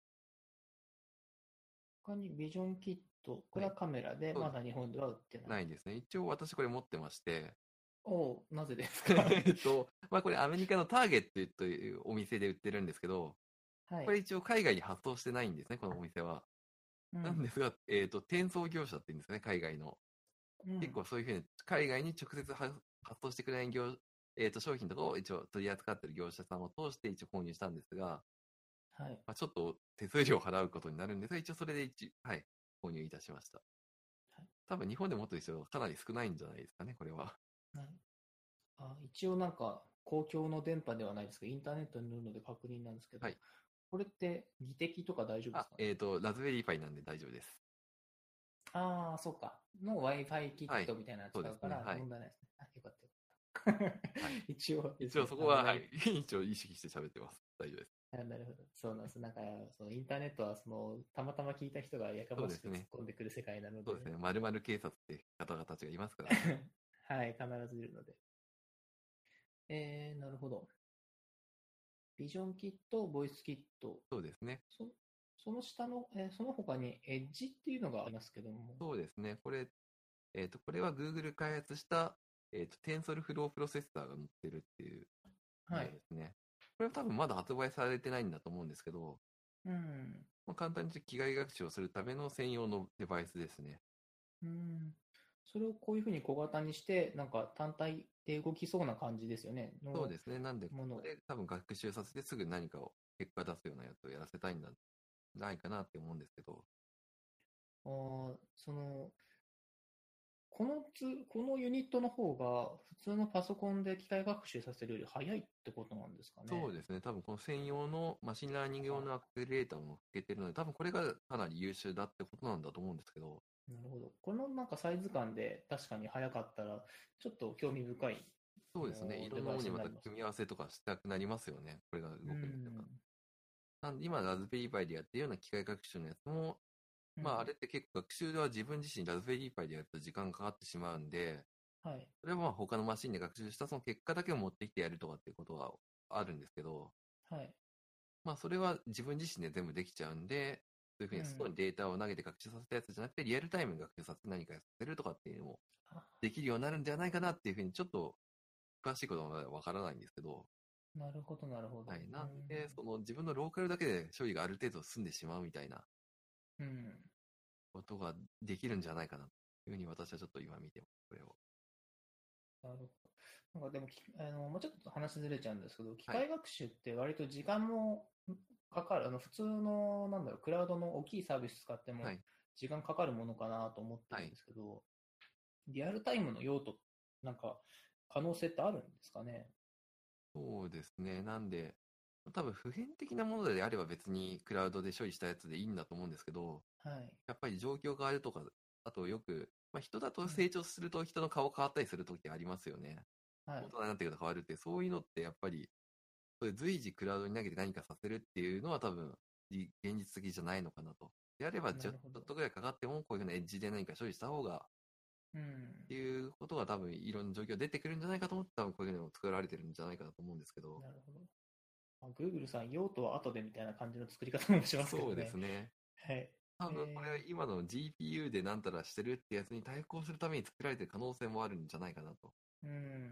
他にビジョンキット、こはい。 れはカメラで、 そうまだ日本では売ってない。 ないですね。一応私これ持ってまして、 なぜですか？ まあこれアメリカのターゲットというお店で売ってるんですけど、 はい。 これ一応海外に発送してないんですね、このお店は。 うん。 なんですが、転送業者っていうんですかね、海外の。 結構そういうふうに海外に直接発送してくれない商品とかを一応取り扱っている業者さんを通して一応購入したんですが、 はい。 まあ、ちょっと手数料を払うことになるんですが、一応それではい、購入いたしました。 はい。 多分日本で持ってる人はかなり少ないんじゃないですかね、これは。 はい。一応なんか、公共の電波ではないですけど、インターネットに載るので確認なんですけど、 はい。 これって技的とか大丈夫ですかね？ ラズベリーパイなんで大丈夫です。 ああ、そうか。の Wi-Fi キッはい。 トみたいなのそうですね。 使うからはい。 問題ないですね。よかったよかった。 はい。 一応ですね、 一応そこは、はい。一応意識して喋ってます。大丈夫です。 なるほど。そうなんです。なんか、そのインターネットは、たまたま聞いた人がやかましく突っそうですね。 込んでくる世界なので、 そうですね。〇〇警察って方々たちがいますからね。 はい、必ずいるので。なるほど。ビジョンキット、ボイスキット、 そうですね。 そその下の、その他にエッジっていうのがありますけども、 そうですね。これは Google 開発した、TensorFlow プロセッサーが載ってるっていうもはい。 のですね。これは多分まだ発売されてないんだと思うんですけど、 うん。 まあ、簡単に言うと機械学習をするための専用のデバイスですね。 うん。それをこういうふうに小型にして、なんか単体で動きそうな感じですよね、のそうですね。なんで、こものを。 こで多分学習させてすぐ何かを結果出すようなやつをやらせたいんじゃないかなって思うんですけど、 あーその、このユニットの方が普通のパソコンで機械学習させるより早いってことなんですかね？ そうですね。多分この専用のマシンラーニング用のアクセレーターも付けてるので、多分これがかなり優秀だってことなんだと思うんですけど、 なるほど。このなんかサイズ感で確かに早かったら、ちょっと興味深いそうですね。いろデバイんなものにまたスになりますね。 組み合わせとかしたくなりますよね。これがう動くようになれば。 ん。 なんで今、ラズベリーパイでやってるような機械学習のやつも、 うん。 まああれって結構学習では自分自身ラズベリーパイでやると時間かかってしまうんで、 はい。 それはまあ他のマシンで学習したその結果だけを持ってきてやるとかっていうことはあるんですけど、 はい。 まあそれは自分自身で全部できちゃうんで、そういうふうに外うん。 にデータを投げて学習させたやつじゃなくて、リアルタイムに学習させて何かやさせるとかっていうのもあ、 できるようになるんではないかなっていうふうにちょっと詳しいことはまだわからないんですけど、 なるほど、なるほど。 はい。なんで、 うその自分のローカルだけで処理がある程度済んでしまうみたいなん。うん。 ことができるんじゃないかなというふうに私はちょっと今見てます、これを。 なるほど。なんかでももうちょっと話ずれちゃうんですけど、機はい。 械学習って割と時間もかかる、普通の、なんだろう、クラウドの大きいサービス使ってもはい。 時間かかるものかなと思ってるんはい。 ですけど、リアルタイムの用途、なんか、可能性ってあるんですかね？ そうですね。なんで、多分普遍的なものであれば別にクラウドで処理したやつでいいんだと思うんですけど、 はい。 やっぱり状況があるとか、あとよく、まあ、人だとうん。 成長すると人の顔変わったりするときってありますよね。 はい。 大人になってくると変わるって、そういうのってやっぱり、それ随時クラウドに投げて何かさせるっていうのは多分、現実的じゃないのかなと。であれば、ちょっなるほど。 とぐらいかかっても、こういうふうなエッジで何か処理した方が、 うん。 っていうことが多分、いろんな状況が出てくるんじゃないかと思って、多分こういうのを作られてるんじゃないかなと思うんですけど、 なるほど。Google さん、用途は後でみたいな感じの作り方もしますけそうでどね。 すね。 はい。 多分これは今の GPU でなんたらしてるってやつに対抗するために作られてる可能性もあるんじゃないかなと。 うん。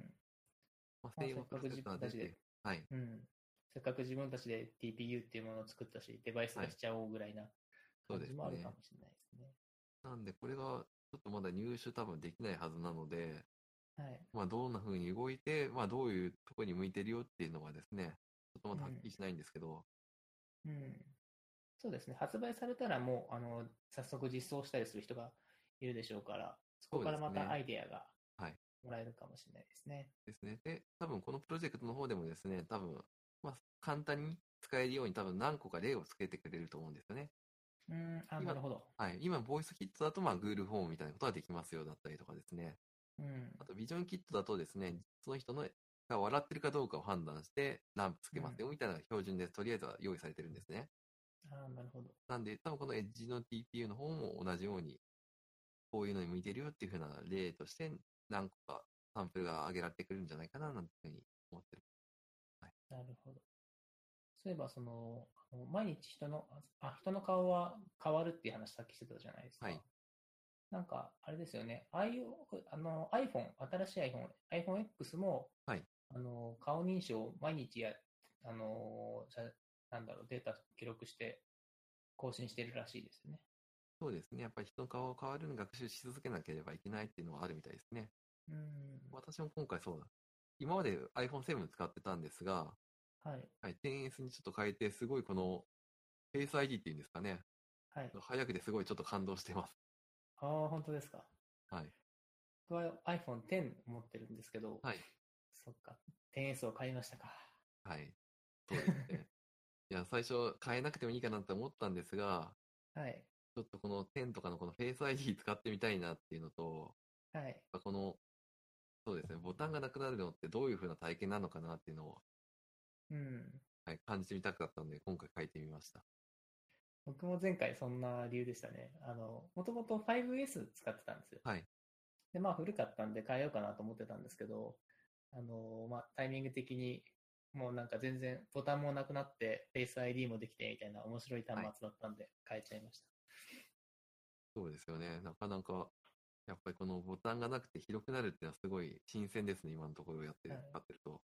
まあ、 まあ、 専用プロセッサーでっていう、はい。 せっかく自分たちで TPU っていうものを作ったし、デバイスはい。 化しちゃおうぐらいなそう感じもあるかですね。 もしれないですね。 なんでこれがちょっとまだ入手多分できないはずなので、 はい。 まあどんな風に動いて、まあどういうところに向いてるよっていうのがですね、ちょっとまだはっきりしないんですけど、 うん。そうですね。発売されたらもう、早速実装したりする人がいるでしょうから、そこそうからまたアですね。 イデアがはい。 もらえるかもしれないですね。 ですね。で、多分このプロジェクトの方でもですね、多分、まあ簡単に使えるように多分何個か例をつけてくれると思うんですよね。 な今、 るほど。 はい、今、ボイスキットだと、まあ、Google フォームみたいなことができますよだったりとかですね。 うん。 あと、ビジョンキットだとですね、その人のが笑ってるかどうかを判断して、ランプつうん。 けますよみたいなのが標準で、とりあえずは用意されてるんですね。 なるほど。 なんで、多分このエッジの TPU の方も同じように、こういうのに向いてるよっていう風な例として、何個かサンプルが上げられてくるんじゃないかな、なんていうふうに思ってる。はい。 なるほど。そういえば、毎日人の顔は変わるっていう話さっきしてたじゃないですか。 はい。 なんか、あれですよね。iPhone、新しい iPhone X も、 はい。 顔認証毎日なんだろう、データ記録して更新してるらしいですよね。 そうですね。やっぱり人の顔を変わるのに学習し続けなければいけないっていうのはあるみたいですね。私も今回そうだ。今まで iPhone7 使ってたんですが、 はい。 はい、10S にちょっと変えて、すごいこの Face ID っていうんですかね。 はい。 早くてすごいちょっと感動してます。 ああ、本当ですか。 はい。 僕は iPhone X 持ってるんですけど、 はい。 そっか。10S を買いましたか。 はい。そうですね。いや、最初変えなくてもいいかなって思ったんですが、 はい。 ちょっとこの10とかのこの Face ID 使ってみたいなっていうのと、 はい。 やっぱこの、そうですね、ボタンがなくなるのってどういう風な体験なのかなっていうのを、 うん。 はい、感じてみたかったので、今回書いてみました。 僕も前回そんな理由でしたね。もともと 5S 使ってたんですよ。 はい。 で、まあ古かったんで変えようかなと思ってたんですけど、まあタイミング的にもうなんか全然ボタンもなくなって Face ID もできてみたいな面白い端はい。 末だったんで変えちゃいましそうですよね。なかなか、やっぱりこのボタンがなくて広くなるっていうのはすごい新鮮ですね、今のところやってた。 る、 はい。 使ってると。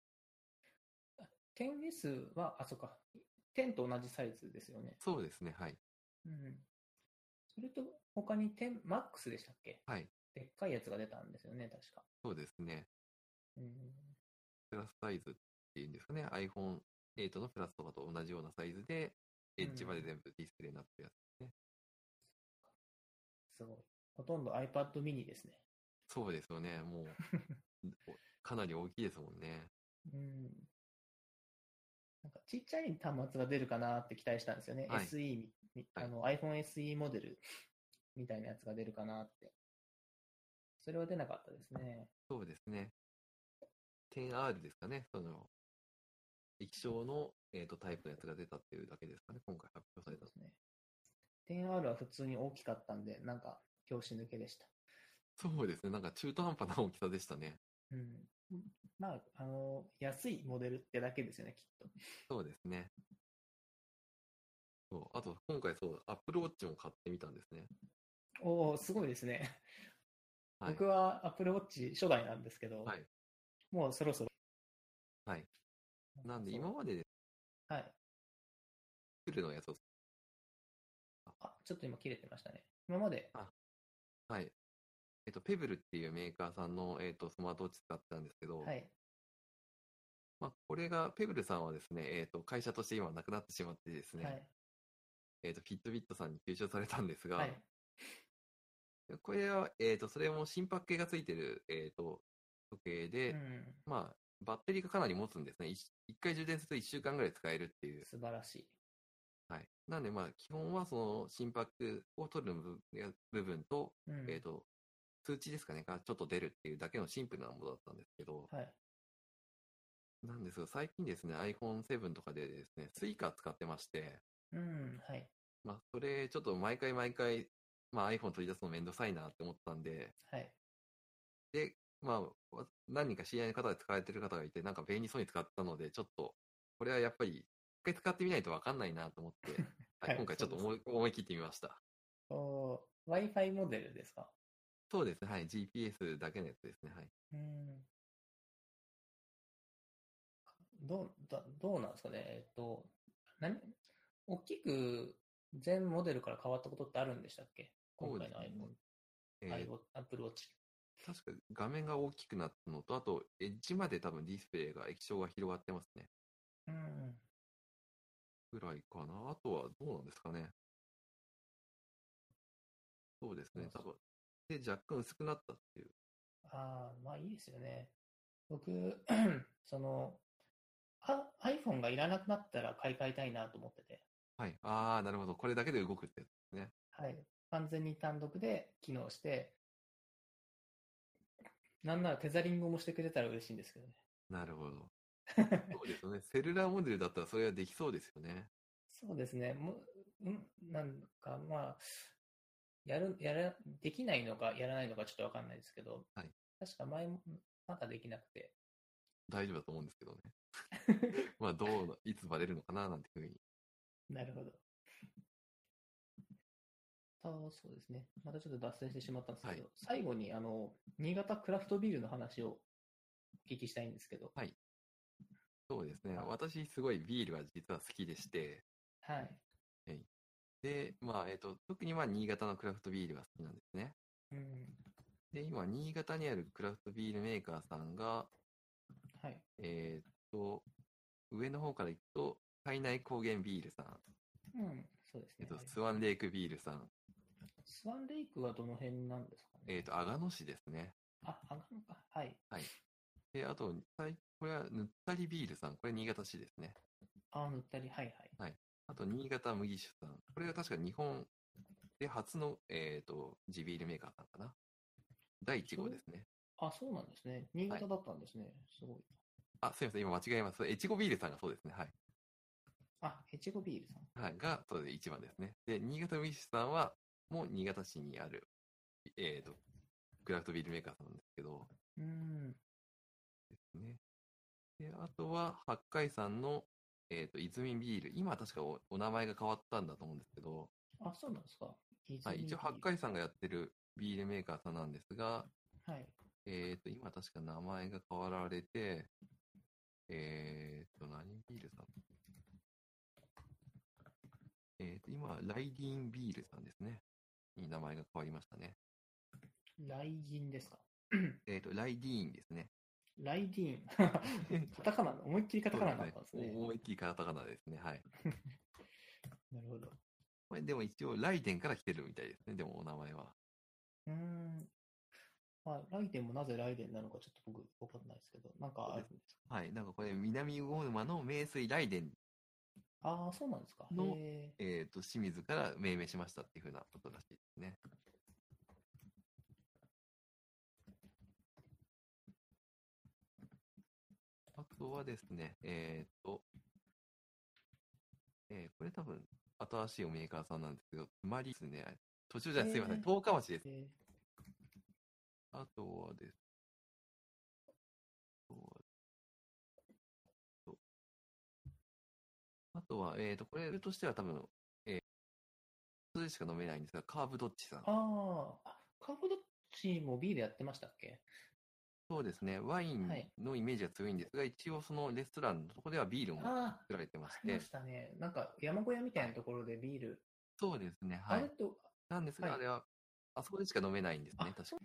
10S は、あ、そうか。10と同じサイズですよね。 そうですね、はい。 うん。それと他に10 Max でしたっけ？ はい。 でっかいやつが出たんですよね、確か。 そうですね。 うん。 プラスサイズっていうんですかね。iPhone8 のプラスとかと同じようなサイズで、エッジまでうん。 全部ディスプレイになってるやつですね。 すごい。ほとんど iPad mini ですね。 そうですよね。もう、かなり大きいですもんね。 うん。なんかちっちゃい端末が出るかなって期待したんですよね。 はい。 SE はい。 iPhone SE モデルみたいなやつが出るかなって。それは出なかったですね。 そうですね。10R ですかね。液晶の、タイプのやつが出たっていうだけですかね。今回発表されたの。 そうですね。10R は普通に大きかったんで、なんか拍子抜けでした。 そうですね。なんか中途半端な大きさでしたね。 うん。まあ、安いモデルってだけですよね、きっと。 そうですね。そう。あと、今回そう、Apple Watch も買ってみたんですね。 おお、すごいですね。 はい。 僕は Apple Watch 初代なんですけど、 はい。 もうそろそろ、 はい。 なんなんで、 かそう、 今までではい。 フルのやつを、 あ、ちょっと今切れてましたね。今まで、 あ、はい。ペブルっていうメーカーさんの、スマートウォッチ使ってたんですけど、 はい、 まあ、これが、ペブルさんはですね、会社として今なくなってしまってですね、 はい、 フィットビットさんに吸収されたんですが、 はい。 これは、それも心拍計がついてる、時計で、 うん、 まあ、バッテリーがかなり持つんですね。一回充電すると1週間ぐらい使えるっていう。 素晴らしい。 はい。なんで、まあ、基本はその心拍を取る部分と、 うん、 通知ですかね、がちょっと出るっていうだけのシンプルなものだったんですけど、 はい。 なんですが、最近ですね、iPhone7 とかでですね、Suica 使ってまして、 うん、はい、 まあ、それ、ちょっと毎回毎回、まあ、iPhone 取り出すのめんどくさいなって思ったんで、 はい。 で、まあ、何人か知り合いの方で使われてる方がいて、なんか便利そうに使ったので、ちょっと、これはやっぱり、一回使ってみないとわかんないなと思って、はい、 はい、 今回ちょっとそうですね。 思い切ってみました。 Wi-Fi モデルですか？ そうですね、はい、GPS だけのやつですね、はい。 うん、どうなんですかね。何、大きく全モデルから変わったことってあるんでしたっけ？今回のそうですね。 Apple Watch。 確か画面が大きくなったのと、あと、エッジまで多分ディスプレイが、液晶が広がってますね。 うん。 ぐらいかな。あとはどうなんですかね。そうですね、多分。で、若干薄くなったっていう。 まあいいですよね。僕、その、iPhone がいらなくなったら買い替えたいなと思ってて、 はい。ああ、なるほど。これだけで動くってやつですね。 はい。完全に単独で機能して、なんならテザリングもしてくれたら嬉しいんですけどね。 なるほど。そうですよね。セルラーモデルだったらそれはできそうですよね。 そうですね。なんかまあ、できないのかやらないのかちょっとわかんないですけど、 はい。 確か前も、まだできなくて。 大丈夫だと思うんですけどね。まあ、いつバレるのかななんていうふうに。 なるほど。そうですね。またちょっと脱線してしまったんですけはい。 ど、最後に新潟クラフトビールの話をお聞きしたいんですけど、 はい。そうですね。 あ、 私、すごいビールは実は好きでして、 はい。 はい。 で、特に新潟のクラフトビールが好きなんですね。 うん。 で、今、新潟にあるクラフトビールメーカーさんが、 はい。 上の方から行くと、海内高原ビールさん、 うん。そうですね。はいスワンレイクビールさん、 スワンレイクはどの辺なんですかね。 阿賀野市ですね。 あ、長野か。はい。 はい。で、あと、これはぬったりビールさん、これ新潟市ですね。 あ、塗ったり。はいはい。 はい。あと、新潟麦酒さん。これが確か日本で初の、地ビールメーカーさんかな。第1号ですね。 あ、そうなんですね。新はい潟だったんですね。すごい。 あ、すみません、今間違えます。越後ビールさんがそうですね。はい。 あ、越後ビールさん。 はい、が、そうで1番ですね。で、新潟麦酒さんは、もう新潟市にある、クラフトビールメーカーさんなんですけど、 うーん。 ですね。で、あとは、八海山の、泉ビール。今は確かお名前が変わったんだと思うんですけど、 あ、そうなんですか。 はい、一応、八海山がやってるビールメーカーさんなんですが、 はい。 今確か名前が変わられて、何ビールさん今、ライディーンビールさんですね。に名前が変わりましたね。 ライジンですか。 ライディーンですね。 ライディーン。カタカナ、思いっきりカタカナだったんですね。 思いっきりカタカナですね。はい。 なるほど。 これでも一応、ライデンから来てるみたいですね。でもお名前は。 うーん。まあ、ライデンもなぜライデンなのかちょっと僕わかんないですけど、なんかあるんですか。 はい。なんかこれ、南魚沼の名水ライデンああ、そうなんですか。 の、 へ清水から命名しましたっていうふうなことらしいですね。あとはですね、これ多分、新しいメーカーさんなんですけど、つまりですね、途中じゃすいません、十日町です。 え。 あとはです。あとは、これとしては多分、それしか飲めないんですが、カーブドッチさん。 ああ、カーブドッチもビールやってましたっけ。 そうですね、ワインはいのイメージが強いんですが、一応そのレストランのところではビールもああ、 作られてましありまて、 したね。なんか山小屋みたいなところでビール。 そうですね、はい。 あれと、 なんですが、 はいあれは、あそこでしか飲めないんですね、 あ、 確か。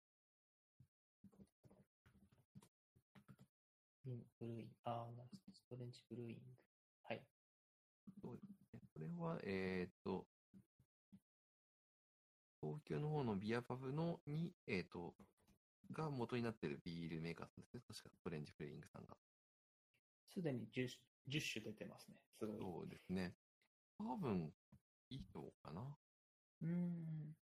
ブルーイング。ああ、なんかストレンジブルーイング。はい。 そうですね。これは、東京の方のビアパブのに、が元になっているビールメーカーさんですね。確か、ストレンジブルーイングさんが。 すでに10種出てますね。すごい。 そうですね。多分、いいのかなうーん。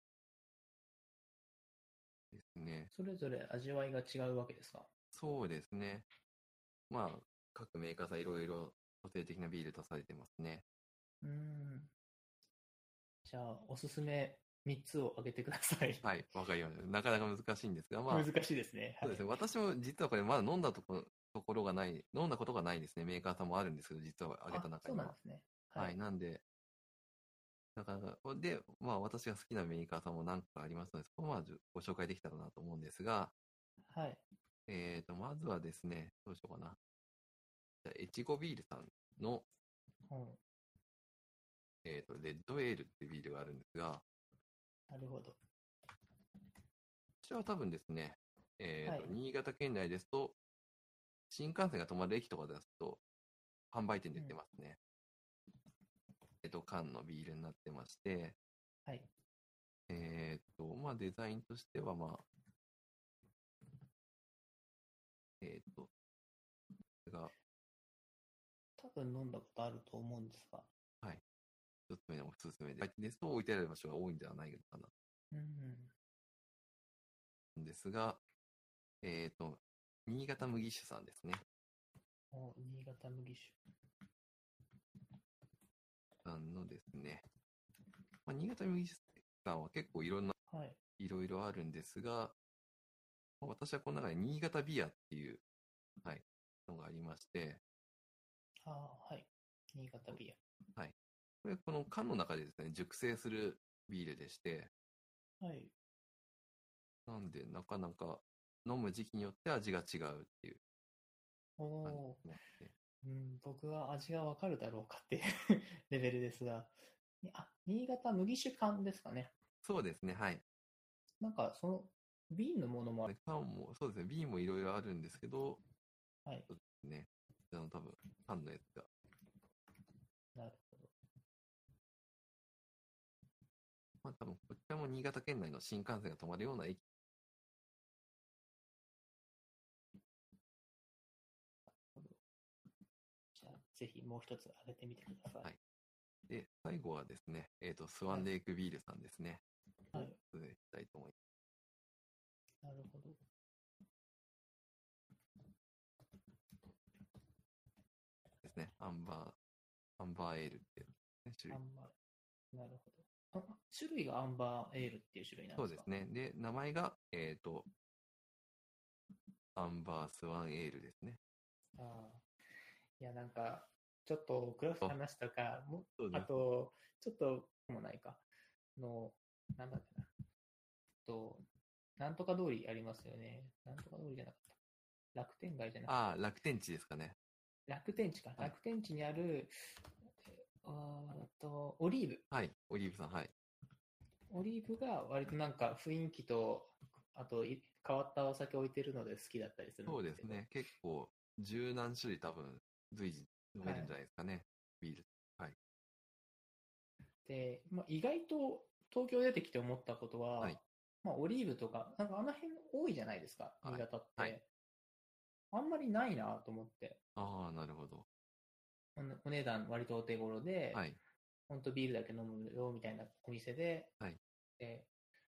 ですね。 それぞれ味わいが違うわけですか。 そうですね。まあ、各メーカーさんいろいろ個性的なビール出されてますね。 うーん。じゃあ、おすすめ3つを挙げてください。 はい、わかりました。なかなか難しいんですが、まあ、 難しいですね。はい。 そうですね。私も実はこれまだ飲んだところがない、飲んだことがないですね。メーカーさんもあるんですけど、実は挙げたあ、 中には。 そうなんですね。ははい、 い。 なんで、なかなか、で、まあ私が好きなメーカーさんも何個かありますので、そこをまあご紹介できたらなと思うんですが、 はい。 まずはですね、どうしようかな。じゃあ越後ビールさんの、 うん、 レッドエールっていうビールがあるんですが、 なるほど。 こちらは多分ですね、 はい。 新潟県内ですと、新幹線が止まる駅とかですと、販売店で売ってますね。缶のビールになってまして、 はい。 まあデザインとしては、まあ、が、 多分飲んだことあると思うんですが。 はい、一つ目のおすすめで、ですと置いてある場所が多いんではないかな、 うん。 んですが、新潟麦酒さんですね。 新潟麦酒。 さんのですね、まあ、新潟麦酒さんは結構いろんな、 はい。 いろいろあるんですが、まあ私はこの中で新潟ビアっていう、はい、のがありまして、 はい。新潟ビはい。これ、この缶の中でですね、熟成するビールでして、 ア。はい。 なんで、なかなか飲む時期によって味が違うっていう感じおですね。 うん、僕は味がわかるだろうかっていうレベルですが、 新潟麦酒缶ですかね。 そうですね、はい。 なんか、その、瓶のものもある。 缶も、そうですね、瓶もいろいろあるんですけど、 はい。 そうですね、多分、缶のやつが。 なるほど。 まあ多分、こちらも新潟県内の新幹線が止まるような駅。 じゃあ、ぜひもう一つ上げてみてください。 はい。で、最後はですね、スワンレイクビールさんですね。 はい。 お勧めしたいと思います。 なるほど。 ですね、アンバーエールっていう、ね、種類。 アンバー。なるほど。種類がアンバーエールっていう種類なんですか？ そうですね。で、名前が、アンバースワンエールですね。 ああ。いや、なんか、ちょっとクラフト話とか、あそうです。 と、ちょっともないか、なんだっけな、なんとか通りありますよね。なんとか通りじゃなかった。楽天街じゃなくて。 ああ、楽天地ですかね。 楽天地か。 はい楽天地にある、オリーブ。 はい、オリーブさん、はい。 オリーブが割となんか雰囲気と、あと変わったお酒を置いてるので好きだったりするんそうでけど。 ですすね。結構、十何種類多分、随時飲めるんじゃないですかね。ビール。はい。 で、意外と東京出てきて思ったことは、 はい。 オリーブとか、なんかあの辺多いじゃないですか、 はい新潟って。 はい。 あんまりないなと思って。 ああ、なるほど。 お値段割とお手頃で、 はい。 本当ビールだけ飲むよみたいなお店で、 はい。 で、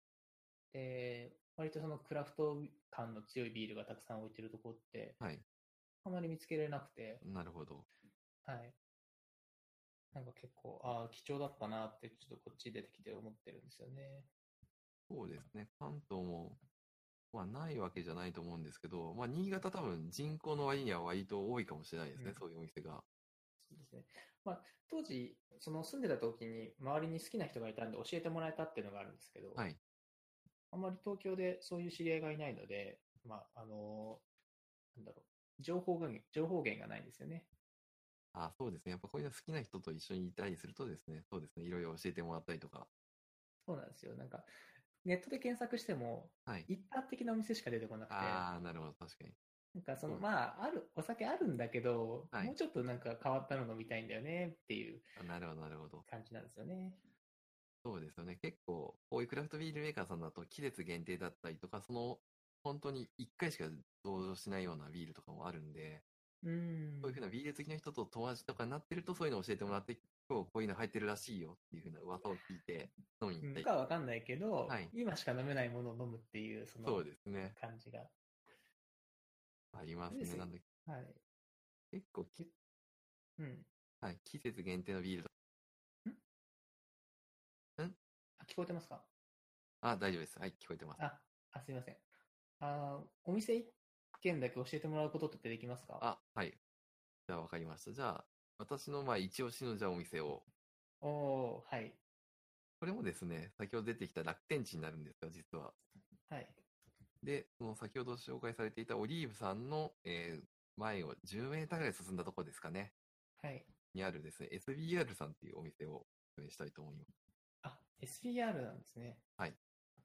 割とそのクラフト感の強いビールがたくさん置いてるとこって、 はい。 あまり見つけられなくて、 なるほど。 はい。なんか結構、貴重だったなって、ちょっとこっち出てきて思ってるんですよね。 そうですね。関東も、まあ、ないわけじゃないと思うんですけど、まあ、新潟多分人口の割には割と多いかもしれないですね。 うん、 そういうお店が。 そうですね。当時、その住んでた時に周りに好きな人がいたんで教えてもらえたっていうのがあるんですけど、 はい。 あんまり東京でそういう知り合いがいないので、なんだろ情報源がないんですよね。 あ、そうですね。やっぱこういうの好きな人と一緒にいたりするとですね、そうですね。いろいろ教えてもらったりとか。 そうなんですよ。なんか、ネットで検索しても、 はい。 一般的なお店しか出てこなくて、 ああ、なるほど。確かに。 なんかそう。 お酒あるんだけど、 はい。 もうちょっとなんか変わったの飲みたいんだよねっていうなるほど、なるほど。 感じなんですよね。 そうですよね。結構、こういうクラフトビールメーカーさんだと季節限定だったりとか、本当に1回しか登場しないようなビールとかもあるんで、 うん。 そういうふうなビール好きの人と友達とかになってると、そういうのを教えてもらって、今日こういうの入ってるらしいよっていうふうな噂を聞いて飲みに行ったり。 かわかんないけど、 はい。 今しか飲めないものを飲むっていう、そそうのですね。 感じが。 ありますね。 あれですよ。 なんで、 はい。 結構うん。 はい、季節限定のビールとん聞こえてますか？ あ、大丈夫です。はい、聞こえてます。 すいません。お店一軒だけ教えてもらうことってできますか？ あ、はい。じゃあ、わかりました。じゃあ、私の一押しのじゃあお店を、 はい。 これもですね、先ほど出てきた楽天地になるんですが、実は。 はい。 で、その先ほど紹介されていたオリーブさんの、前を10メーターぐらい進んだところですかね、 はい。 にあるですね、SBR さんっていうお店をお勧めしたいと思います。 SBR なんですね。 はい。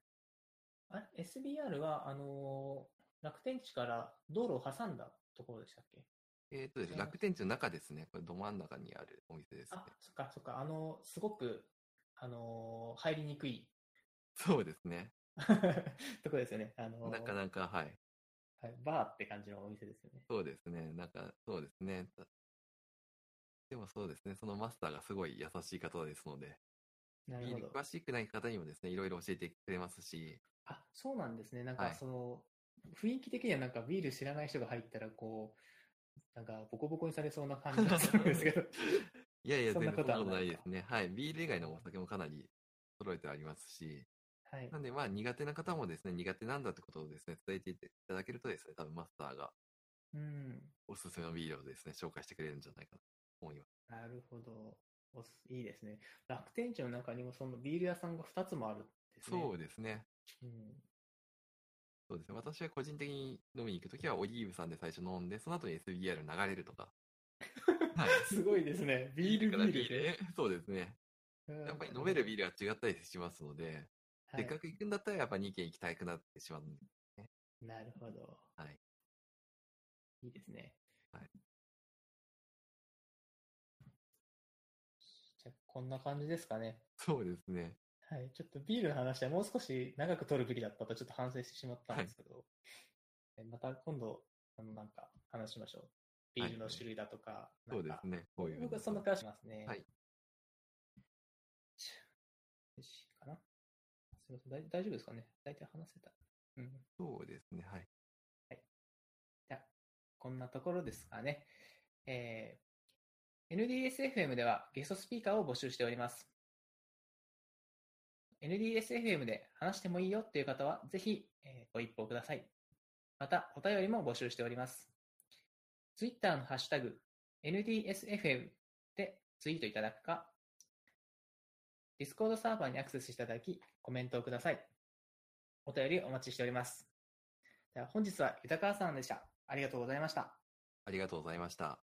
SBR は、楽天地から道路を挟んだところでしたっけ？ ですね、 違います。 楽天地の中ですね、これど真ん中にあるお店ですね。 そっか、そっか。すごく、入りにくいそうですね。 ところですよね。 なかなか、はい。 はい、バーって感じのお店ですよね。 そうですね。そうですね。でもそうですね。そのマスターがすごい優しい方ですので、ビールなるほど。 詳しくない方にもですね、いろいろ教えてくれますし、 そうなんですね。なんか、 はい。 雰囲気的にはなんかビール知らない人が入ったら、なんかボコボコにされそうな感じがするんですけど、 いやいや、 そんなこと全然そんなことはないか。 ないですね。はい。ビール以外のお酒もかなり揃えてありますし、 はい。 なんで苦手な方もですね、苦手なんだってことをですね、伝えていただけるとですね、多分マスターがうん。 おすすめのビールをですね、紹介してくれるんじゃないかと思います。 なるほど。いいですね。楽天地の中にもそのビール屋さんが2つもあるんですね。 そうですね。 うん。 そうですね。私は個人的に飲みに行くときはオリーブさんで最初飲んで、その後に SBR 流れるとか。はい。 すごいですね。ビールビールからビールで。 ビールへ。そうですね。 やっぱり飲めるビールは違ったりしますので、 はい、 せっかく行くんだったらやっぱ2軒行きたくなってしまうんですね。 なるほど。 はい。 いいですね。 はい。 じゃあ、こんな感じですかね。 そうですね。 はい。ちょっとビールの話はもう少し長く取るべきだったとちょっと反省してしまったんはい。 ですけど、また今度、なんか話しましょう。ビはい。 ールの種類だとか、なんか、 そうですね。こういう僕はのと。 そんな気がしますね。 はい。 よしかな。すみません。大丈夫ですかね。大体話せた。うん。 そうですね。はい。 はい。じゃあ、こんなところですかね。NDSFM ではゲストスピーカーを募集しております。NDSFM で話してもいいよっていう方は、ぜひ、ご一報ください。また、お便りも募集しております。Twitter のハッシュタグ、NDSFM でツイートいただくか、Discord サーバーにアクセスいただき、コメントをください。お便りお待ちしております。では本日は豊川さんでした。ありがとうございました。 ありがとうございました。